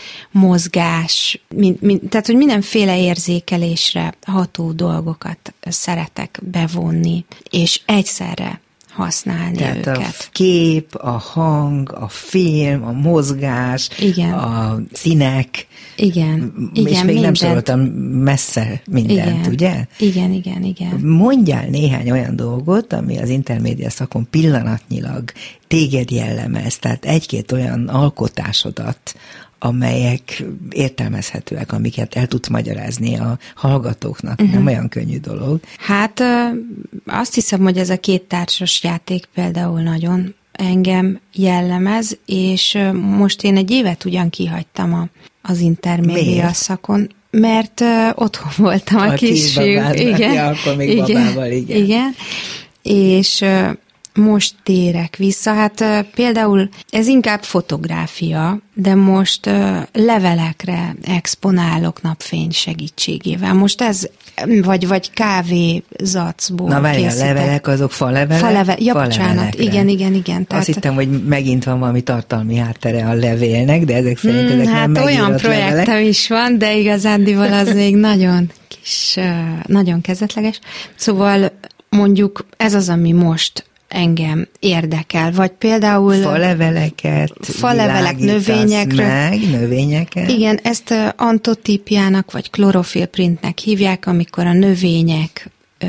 mozgás, mint, mint, tehát hogy mindenféle érzékelésre ható dolgokat szeretek bevonni, és egyszerre használni Tehát őket. a kép, a hang, a film, a mozgás, igen. a színek, igen, és igen, még mindent. nem soroltam messze mindent, igen. ugye? Igen, igen, igen. Mondjál néhány olyan dolgot, ami az intermédia szakon pillanatnyilag téged jellemez, tehát egy-két olyan alkotásodat, amelyek értelmezhetőek, amiket el tudsz magyarázni a hallgatóknak. Uh-huh. Nem olyan könnyű dolog. Hát azt hiszem, hogy ez a két társas játék például nagyon engem jellemez, és most én egy évet ugyan kihagytam a, az intermédia szakon, mert uh, otthon voltam a, a kisfiú. Igen, ja, akkor még igen, babával, igen. igen. És uh, most térek vissza. Hát uh, például ez inkább fotográfia, de most uh, levelekre exponálok napfény segítségével. Most ez, vagy, vagy kávézacból Na várjál, készítek. Levelek, azok falevelek? Faleve, ja, bocsánat, igen, igen, igen. Tehát, azt hittem, hogy megint van valami tartalmi háttere a levélnek, de ezek szerint ezek hmm, nem hát olyan projektem levelek. is van, de igazándiból az még nagyon kis, nagyon kezdetleges. Szóval mondjuk ez az, ami most engem érdekel, vagy például faleveleket, falevelek, növényekről. Meg, növényeket. Igen, ezt antotípiának, vagy klorofilprintnek hívják, amikor a növények ö,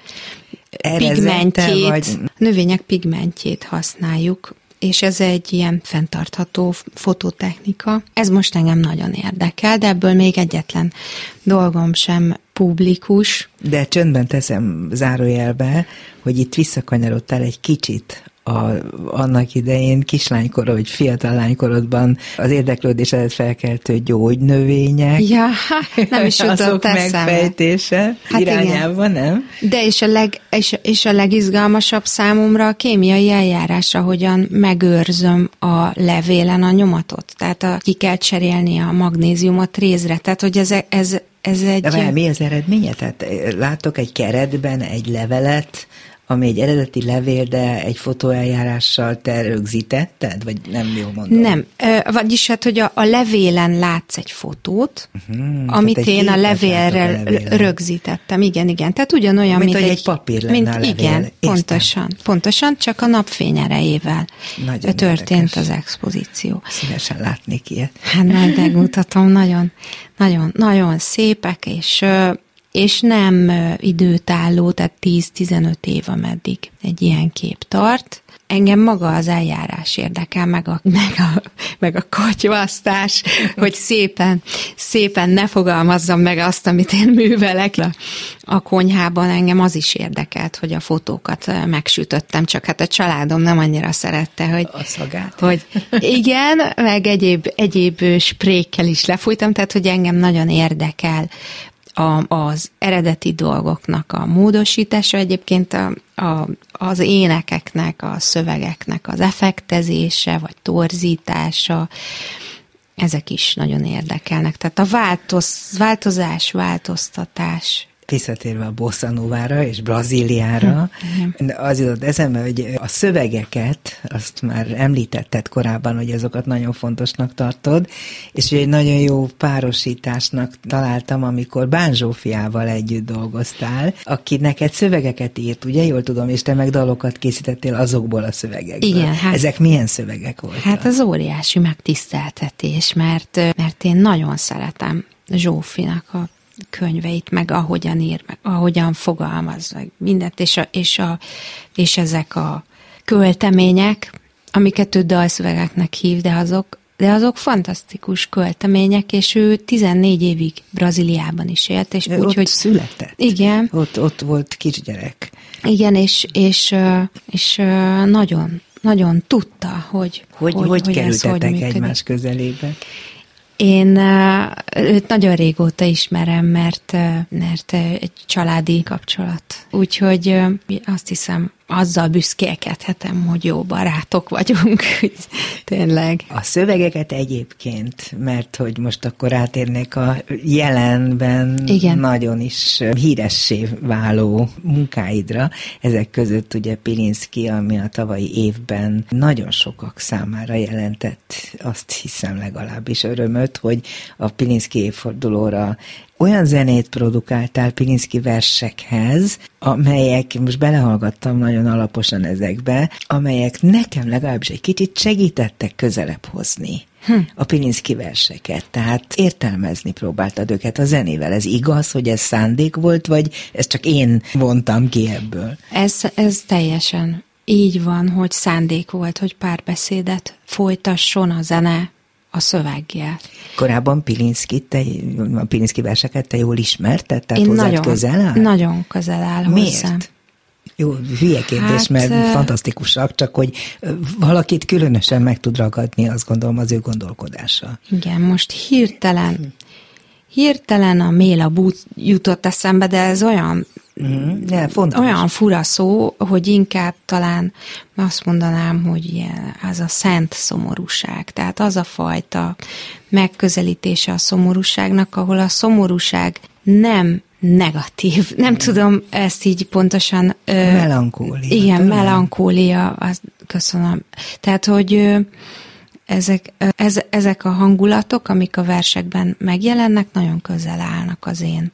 pigmentjét, vagy... növények pigmentjét használjuk, és ez egy ilyen fenntartható fototechnika. Ez most engem nagyon érdekel, de ebből még egyetlen dolgom sem publikus. De csöndben teszem zárójelbe, hogy itt visszakanyarodtál egy kicsit a, annak idején kislánykor, vagy fiatal lánykorodban az érdeklődésedet felkeltő gyógynövények. Ja, nem is jutott azok megfejtése hát irányában, igen. Nem? De és a, leg, és, és a legizgalmasabb számomra a kémiai eljárás, ahogyan megőrzöm a levélen a nyomatot. Tehát a, ki kell cserélni a magnéziumot rézre. Tehát, hogy ez, ez, ez egy... De várj, mi az eredménye? Tehát látok egy keretben egy levelet, ami egy eredeti levél, de egy fotóeljárással te rögzítetted? Vagy nem jól mondom? Nem. Vagyis hát, hogy a, a levélen látsz egy fotót, uh-huh, amit én a levélre a rögzítettem. Igen, igen. Tehát ugyanolyan, mint, mint egy, egy papír lenne mint, a levél. Igen, Értem. pontosan. Pontosan, csak a napfény erejével nagyon történt érdekes. Az expozíció. Szívesen látnék ilyet. Hát majd megmutatom, nagyon, nagyon, nagyon szépek, és... és nem időtálló, tehát tíz-tizenöt év, ameddig egy ilyen kép tart. Engem maga az eljárás érdekel, meg a, meg a, meg a katyvasztás, hogy szépen, szépen ne fogalmazzam meg azt, amit én művelek. A konyhában engem az is érdekelt, hogy a fotókat megsütöttem, csak hát a családom nem annyira szerette, hogy... A szagát. Hogy igen, meg egyéb, egyéb sprékkel is lefújtam, tehát hogy engem nagyon érdekel A, az eredeti dolgoknak a módosítása, egyébként a, a, az énekeknek, a szövegeknek az effektezése, vagy torzítása, ezek is nagyon érdekelnek. Tehát a változ, változás, változtatás. Visszatérve a bossa novára és Brazíliára, hm, az jutott eszembe, hogy a szövegeket, azt már említetted korábban, hogy azokat nagyon fontosnak tartod, és egy nagyon jó párosításnak találtam, amikor Bán Zsófiával együtt dolgoztál, aki neked szövegeket írt, ugye, jól tudom, és te meg dalokat készítettél azokból a szövegekből. Igen, hát, ezek milyen szövegek voltak? Hát az óriási megtiszteltetés, mert, mert én nagyon szeretem Zsófinak a könyveit, meg ahogyan ír, meg ahogyan fogalmaz, meg mindent, és, a, és, a, és ezek a költemények, amiket ő dalszövegeknek hív, de azok, de azok fantasztikus költemények, és ő tizennégy évig Brazíliában is élt, és úgy, ott hogy született. Igen. Ott, ott volt kisgyerek. Igen, és, és, és nagyon, nagyon tudta, hogy hogy, hogy, hogy, hogy kerültetek hogy egymás közelébe. Én őt nagyon régóta ismerem, mert, mert egy családi kapcsolat. Úgyhogy azt hiszem, azzal büszkélkedhetem, hogy jó barátok vagyunk. Tényleg. A szövegeket egyébként, mert hogy most akkor átérnék a jelenben Igen. nagyon is híressé váló munkáidra. Ezek között ugye Pilinszky, ami a tavalyi évben nagyon sokak számára jelentett, azt hiszem legalábbis örömöt, hogy a Pilinszky évfordulóra olyan zenét produkáltál Pilinszky versekhez, amelyek, most belehallgattam nagyon alaposan ezekbe, amelyek nekem legalábbis egy kicsit segítettek közelebb hozni hm. a Pilinszky verseket. Tehát értelmezni próbáltad őket a zenével. Ez igaz, hogy ez szándék volt, vagy ez csak én vontam ki ebből? Ez, ez teljesen így van, hogy szándék volt, hogy párbeszédet folytasson a zene a szöveggel. Korábban Pilinszky, te, a Pilinszky verseket te jól ismerted? Tehát én hozzád nagyon, közel áll? Nagyon közel áll Miért? hozzám. Jó, hülye kérdés, hát, mert uh, fantasztikusak, csak hogy valakit különösen meg tud ragadni, azt gondolom, az ő gondolkodása. Igen, most hirtelen, hirtelen a Méla bút jutott eszembe, de ez olyan, mm, de olyan fura szó, hogy inkább talán azt mondanám, hogy ilyen, az a szent szomorúság. Tehát az a fajta megközelítése a szomorúságnak, ahol a szomorúság nem negatív. Nem hmm. tudom ezt így pontosan... Melankólia. Igen, tudom. Melankólia, az, köszönöm. Tehát, hogy ezek, ez, ezek a hangulatok, amik a versekben megjelennek, nagyon közel állnak az én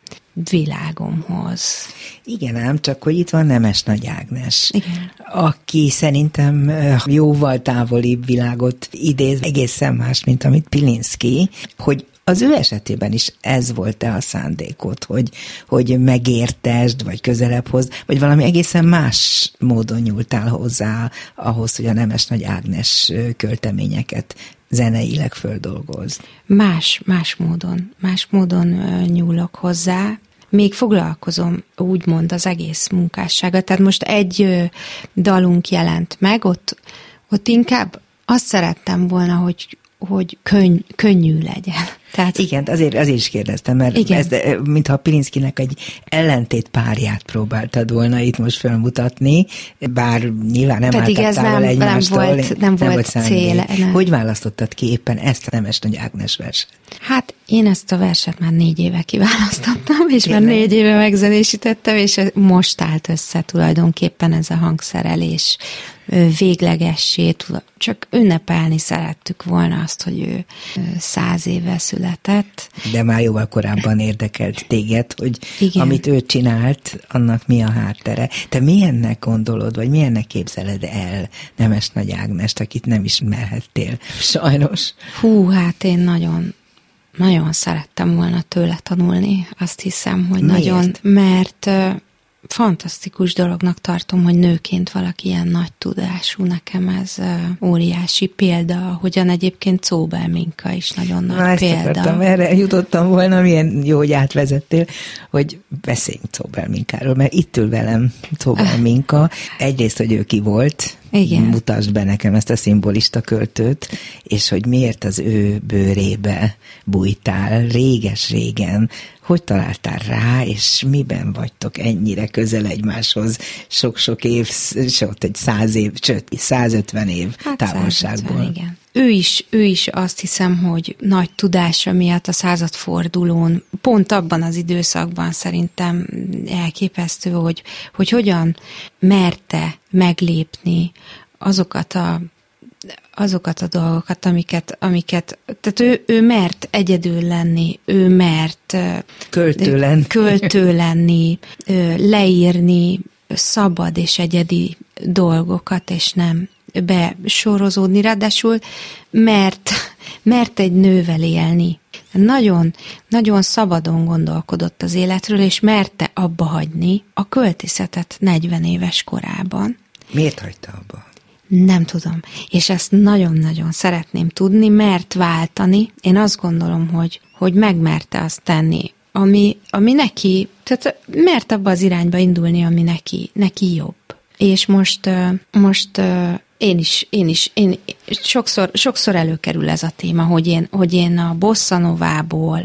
világomhoz. Igen ám, csak hogy itt van Nemes Nagy Ágnes, igen. aki szerintem jóval távolibb világot idéz, egészen más, mint amit Pilinszky, hogy az ő esetében is ez volt-e a szándékod, hogy, hogy megértesd, vagy közelebb hoz, vagy valami egészen más módon nyúltál hozzá ahhoz, hogy a Nemes Nagy Ágnes költeményeket zeneileg földolgozd? Más, más módon, más módon nyúlok hozzá. Még foglalkozom úgymond az egész munkássága. Tehát most egy dalunk jelent meg, ott, ott inkább azt szerettem volna, hogy hogy könny, könnyű legyen. Tehát, igen, azért, azért is kérdeztem, mert igen. ez, mintha Pilinszkynek egy ellentét párját próbáltad volna itt most felmutatni, bár nyilván nem pedig álltál nem, egymástól. Nem volt, nem nem volt cél. Nem. Hogy választottad ki éppen ezt a Nemes Nagy Ágnes verset? Hát én ezt a verset már négy éve kiválasztottam, és Tényleg? már négy éve megzenésítettem, és most állt össze tulajdonképpen ez a hangszerelés véglegessé, csak ünnepelni szerettük volna azt, hogy ő száz éve született. De már jóval korábban érdekelt téged, hogy igen. amit ő csinált, annak mi a háttere. Te milyennek gondolod, vagy milyennek képzeled el Nemes Nagy Ágnest, akit nem ismerhettél? Sajnos. Hú, hát én nagyon nagyon szerettem volna tőle tanulni, azt hiszem, hogy Miért? nagyon, mert fantasztikus dolognak tartom, hogy nőként valaki ilyen nagy tudású. Nekem ez óriási példa, hogyan egyébként Czóbel Minka is nagyon nagy Na, példa. Ezt akartam, erre jutottam volna, milyen jó, hogy átvezettél, hogy beszéljünk Czóbel Minkáról, mert itt ül velem Czóbel Minka. Egyrészt, hogy ő ki volt, igen. Mutasd be nekem ezt a szimbolista költőt, és hogy miért az ő bőrébe bújtál réges-régen, hogy találtál rá, és miben vagytok ennyire közel egymáshoz sok-sok év, sőt, egy száz év, sőt, százötven év hát távolságból. százötven, igen. Ő is, ő is azt hiszem, hogy nagy tudása miatt a századfordulón, pont abban az időszakban szerintem elképesztő, hogy, hogy hogyan merte meglépni azokat a azokat a dolgokat, amiket, amiket tehát ő, ő mert egyedül lenni, ő mert költő lenni, költő lenni leírni szabad és egyedi dolgokat, és nem besorozódni, ráadásul mert, mert egy nővel élni. Nagyon, nagyon szabadon gondolkodott az életről, és merte abba hagyni a költészetet negyven éves korában. Miért hagyta abba? Nem tudom. És ezt nagyon-nagyon szeretném tudni, mert váltani. Én azt gondolom, hogy, hogy megmerte azt tenni, ami, ami neki, tehát mert abba az irányba indulni, ami neki, neki jobb. És most, most én is, én is, én sokszor, sokszor előkerül ez a téma, hogy én, hogy én a bosszanovából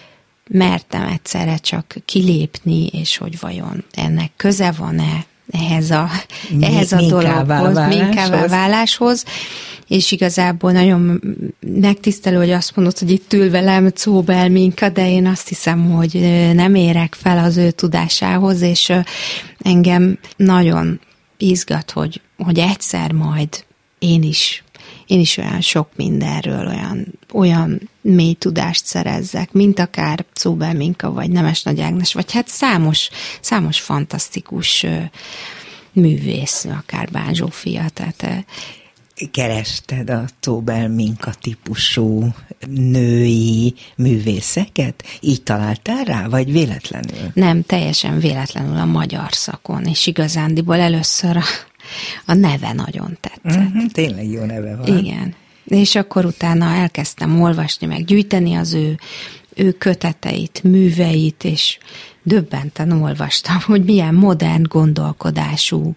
mertem egyszerre csak kilépni, és hogy vajon ennek köze van-e ehhez a, ehhez a dologhoz, minkává váláshoz, és igazából nagyon megtisztelő, hogy azt mondod, hogy itt ül velem Czóbel Minka, de én azt hiszem, hogy nem érek fel az ő tudásához, és engem nagyon izgat, hogy, hogy egyszer majd én is, én is olyan sok mindenről, olyan, olyan mély tudást szerezzek, mint akár Czóbel Minka, vagy Nemes Nagy Ágnes, vagy hát számos, számos fantasztikus művész, akár Bán Zsófia, tehát kerested a Czóbel Minka típusú női művészeket? Így találtál rá, vagy véletlenül? Nem, teljesen véletlenül a magyar szakon, és igazándiból először a, a neve nagyon tetszett. Uh-huh, tényleg jó neve van. Igen. És akkor utána elkezdtem olvasni, meg gyűjteni az ő, ő köteteit, műveit, és döbbenten olvastam, hogy milyen modern gondolkodású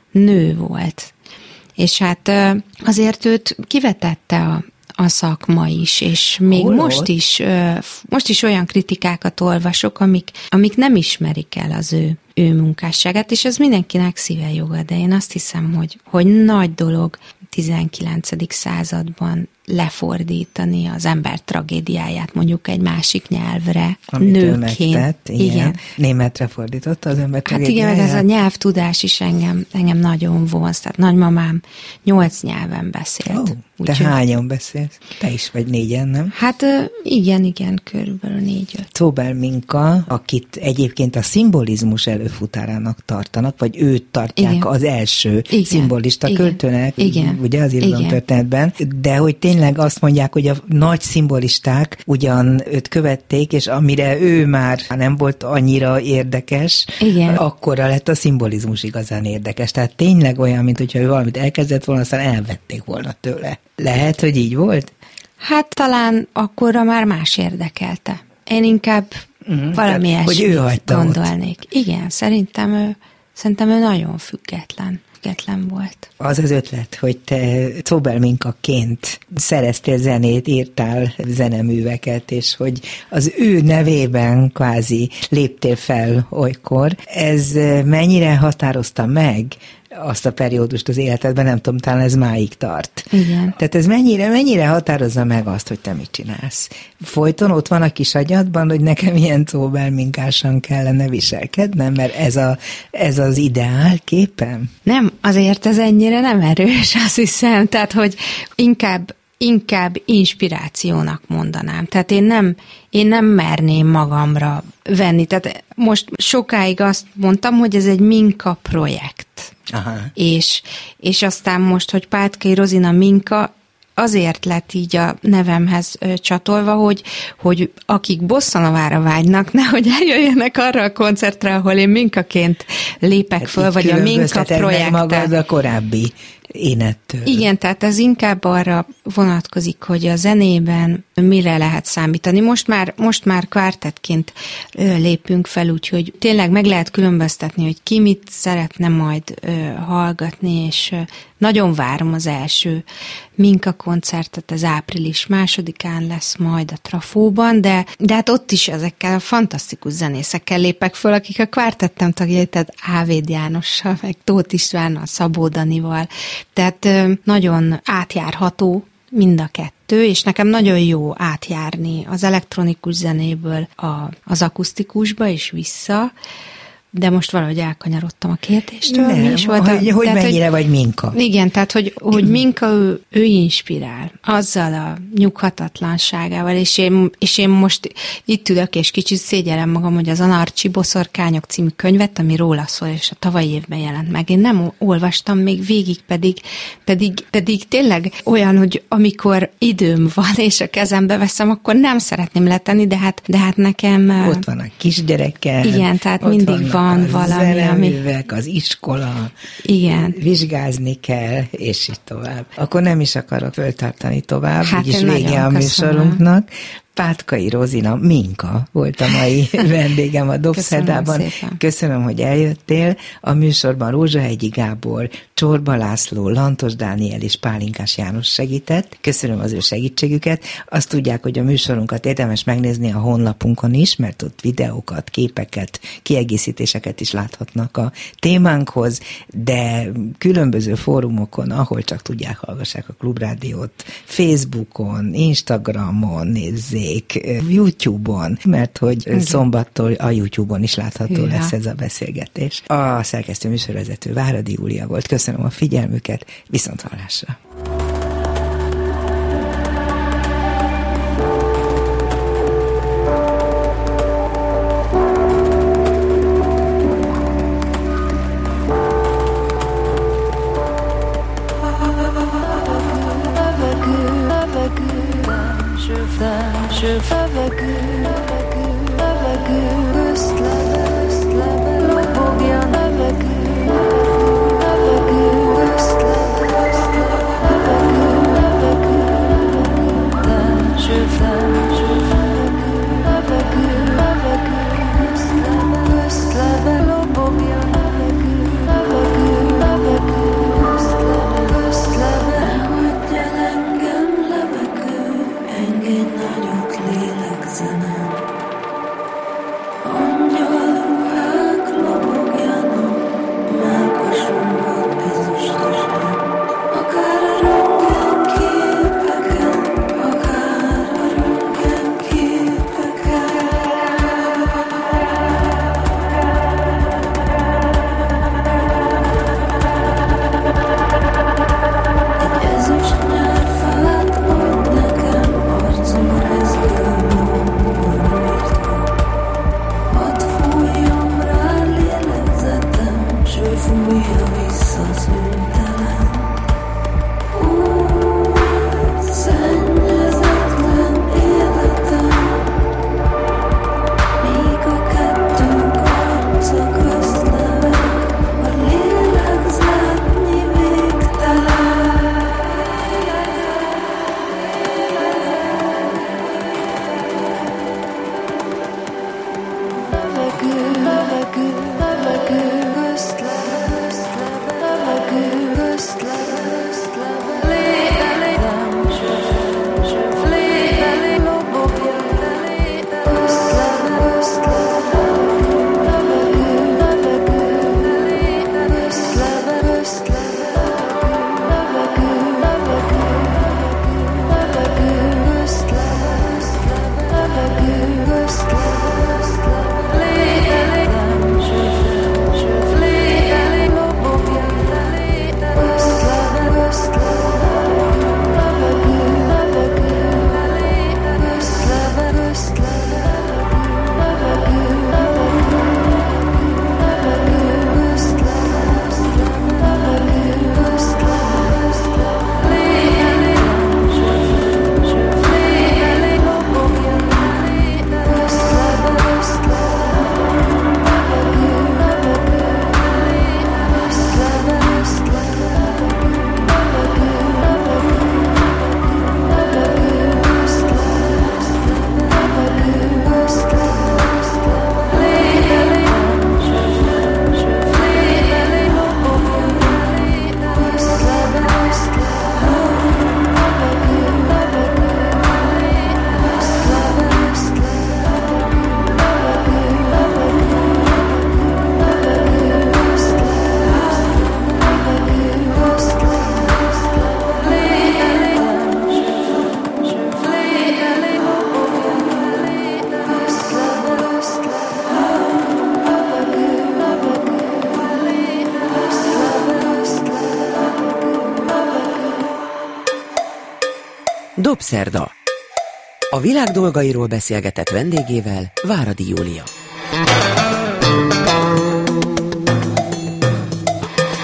nő volt. És hát azért őt kivetette a, a szakma is, és még Hol most ott? is, most is olyan kritikákat olvasok, amik, amik nem ismerik el az ő, ő munkásságát, és ez mindenkinek szíve joga, de én azt hiszem, hogy, hogy nagy dolog tizenkilencedik században lefordítani az ember tragédiáját mondjuk egy másik nyelvre, amit nőként. Megtett, igen. igen. Németre fordította az ember Hát igen, meg ez a nyelvtudás is engem, engem nagyon vonz. Tehát nagymamám nyolc nyelven beszélt. Oh, te úgy, hányan beszélsz? Te is vagy négyen, nem? Hát igen, igen, körülbelül négy-öt. Czóbel Minka, akit egyébként a szimbolizmus előfutárának tartanak, vagy őt tartják igen. az első igen. szimbolista igen. költőnek, igen. ugye az irodalomtörténetben, de hogy tényleg azt mondják, hogy a nagy szimbolisták ugyan őt követték, és amire ő már nem volt annyira érdekes, igen. akkora lett a szimbolizmus igazán érdekes. Tehát tényleg olyan, mint hogyha ő valamit elkezdett volna, aztán elvették volna tőle. Lehet, hogy így volt? Hát talán akkorra már más érdekelte. Én inkább mm, valami ilyesmit gondolnék. Ott. Igen, szerintem ő, szerintem ő nagyon független. független volt. Az az ötlet, hogy te Czóbel Minkaként szereztél zenét, írtál zeneműveket, és hogy az ő nevében kvázi léptél fel olykor. Ez mennyire határozta meg azt a periódust az életedben, nem tudom, talán ez máig tart. Igen. Tehát ez mennyire, mennyire határozza meg azt, hogy te mit csinálsz? Folyton ott van a kis agyadban, hogy nekem ilyen Czóbel Minkásan kellene viselkednem, mert ez, a, ez az ideál képem? Nem, azért ez ennyire nem erős, azt hiszem. Tehát, hogy inkább inkább inspirációnak mondanám. Tehát én nem, én nem merném magamra venni. Tehát most sokáig azt mondtam, hogy ez egy Minka projekt. Aha. És, és aztán most, hogy Pátkai Rozina Minka, azért lett így a nevemhez ö, csatolva, hogy, hogy akik Bosszanavára vágynak, nehogy eljöjjenek arra a koncertre, ahol én Minkaként lépek hát föl, vagy a Minka projekten. Magad a korábbi énettől. Igen, tehát ez inkább arra vonatkozik, hogy a zenében mire lehet számítani. Most már, most már kvártettként lépünk fel, úgyhogy tényleg meg lehet különböztetni, hogy ki mit szeretne majd ö, hallgatni, és ö, nagyon várom az első Minka koncertet, az április másodikán lesz majd a Trafóban, de, de hát ott is ezekkel a fantasztikus zenészekkel lépek föl, akik a kvártettem tagjai, tehát Ávéd Jánossal, meg Tóth Istvánnal, Szabó Danival. Tehát nagyon átjárható mind a kettő, és nekem nagyon jó átjárni az elektronikus zenéből a, az akusztikusba és vissza, de most valahogy elkanyarodtam a kérdéstől. Nem, is volt a, hogy, hogy tehát, mennyire hogy, vagy Minka. Igen, tehát hogy, hogy Minka ő, ő inspirál azzal a nyughatatlanságával, és én, és én most itt ülök, és kicsit szégyellem magam, hogy az Anarcsi Boszorkányok című könyvet, ami róla szól, és a tavalyi évben jelent meg. Én nem olvastam még végig, pedig, pedig, pedig tényleg olyan, hogy amikor időm van, és a kezembe veszem, akkor nem szeretném letenni, de hát, de hát nekem... Ott van a kisgyerekkel. Igen, tehát mindig van valami, ami... az iskola, igen. vizsgázni kell, és így tovább. Akkor nem is akarok föltartani tovább, hát úgyis vége a műsorunknak. Pátkai Rozina Minka volt a mai vendégem a Dobszerdában. Köszönöm, Köszönöm, hogy eljöttél. A műsorban Rózsahegyi Gábor, Csorba László, Lantos Dániel és Pálinkás János segített. Köszönöm az ő segítségüket. Azt tudják, hogy a műsorunkat érdemes megnézni a honlapunkon is, mert ott videókat, képeket, kiegészítéseket is láthatnak a témánkhoz, de különböző fórumokon, ahol csak tudják, hallgassák a Klubrádiót, Facebookon, Instagramon, nézzék, YouTube-on, mert hogy igen. szombattól a YouTube-on is látható Hűha. lesz ez a beszélgetés. A szerkesztő műsorvezető Váradi Júlia volt. Köszönöm a figyelmüket, viszonthallásra! Dobszerda. A világ dolgairól beszélgetett vendégével Váradi Júlia.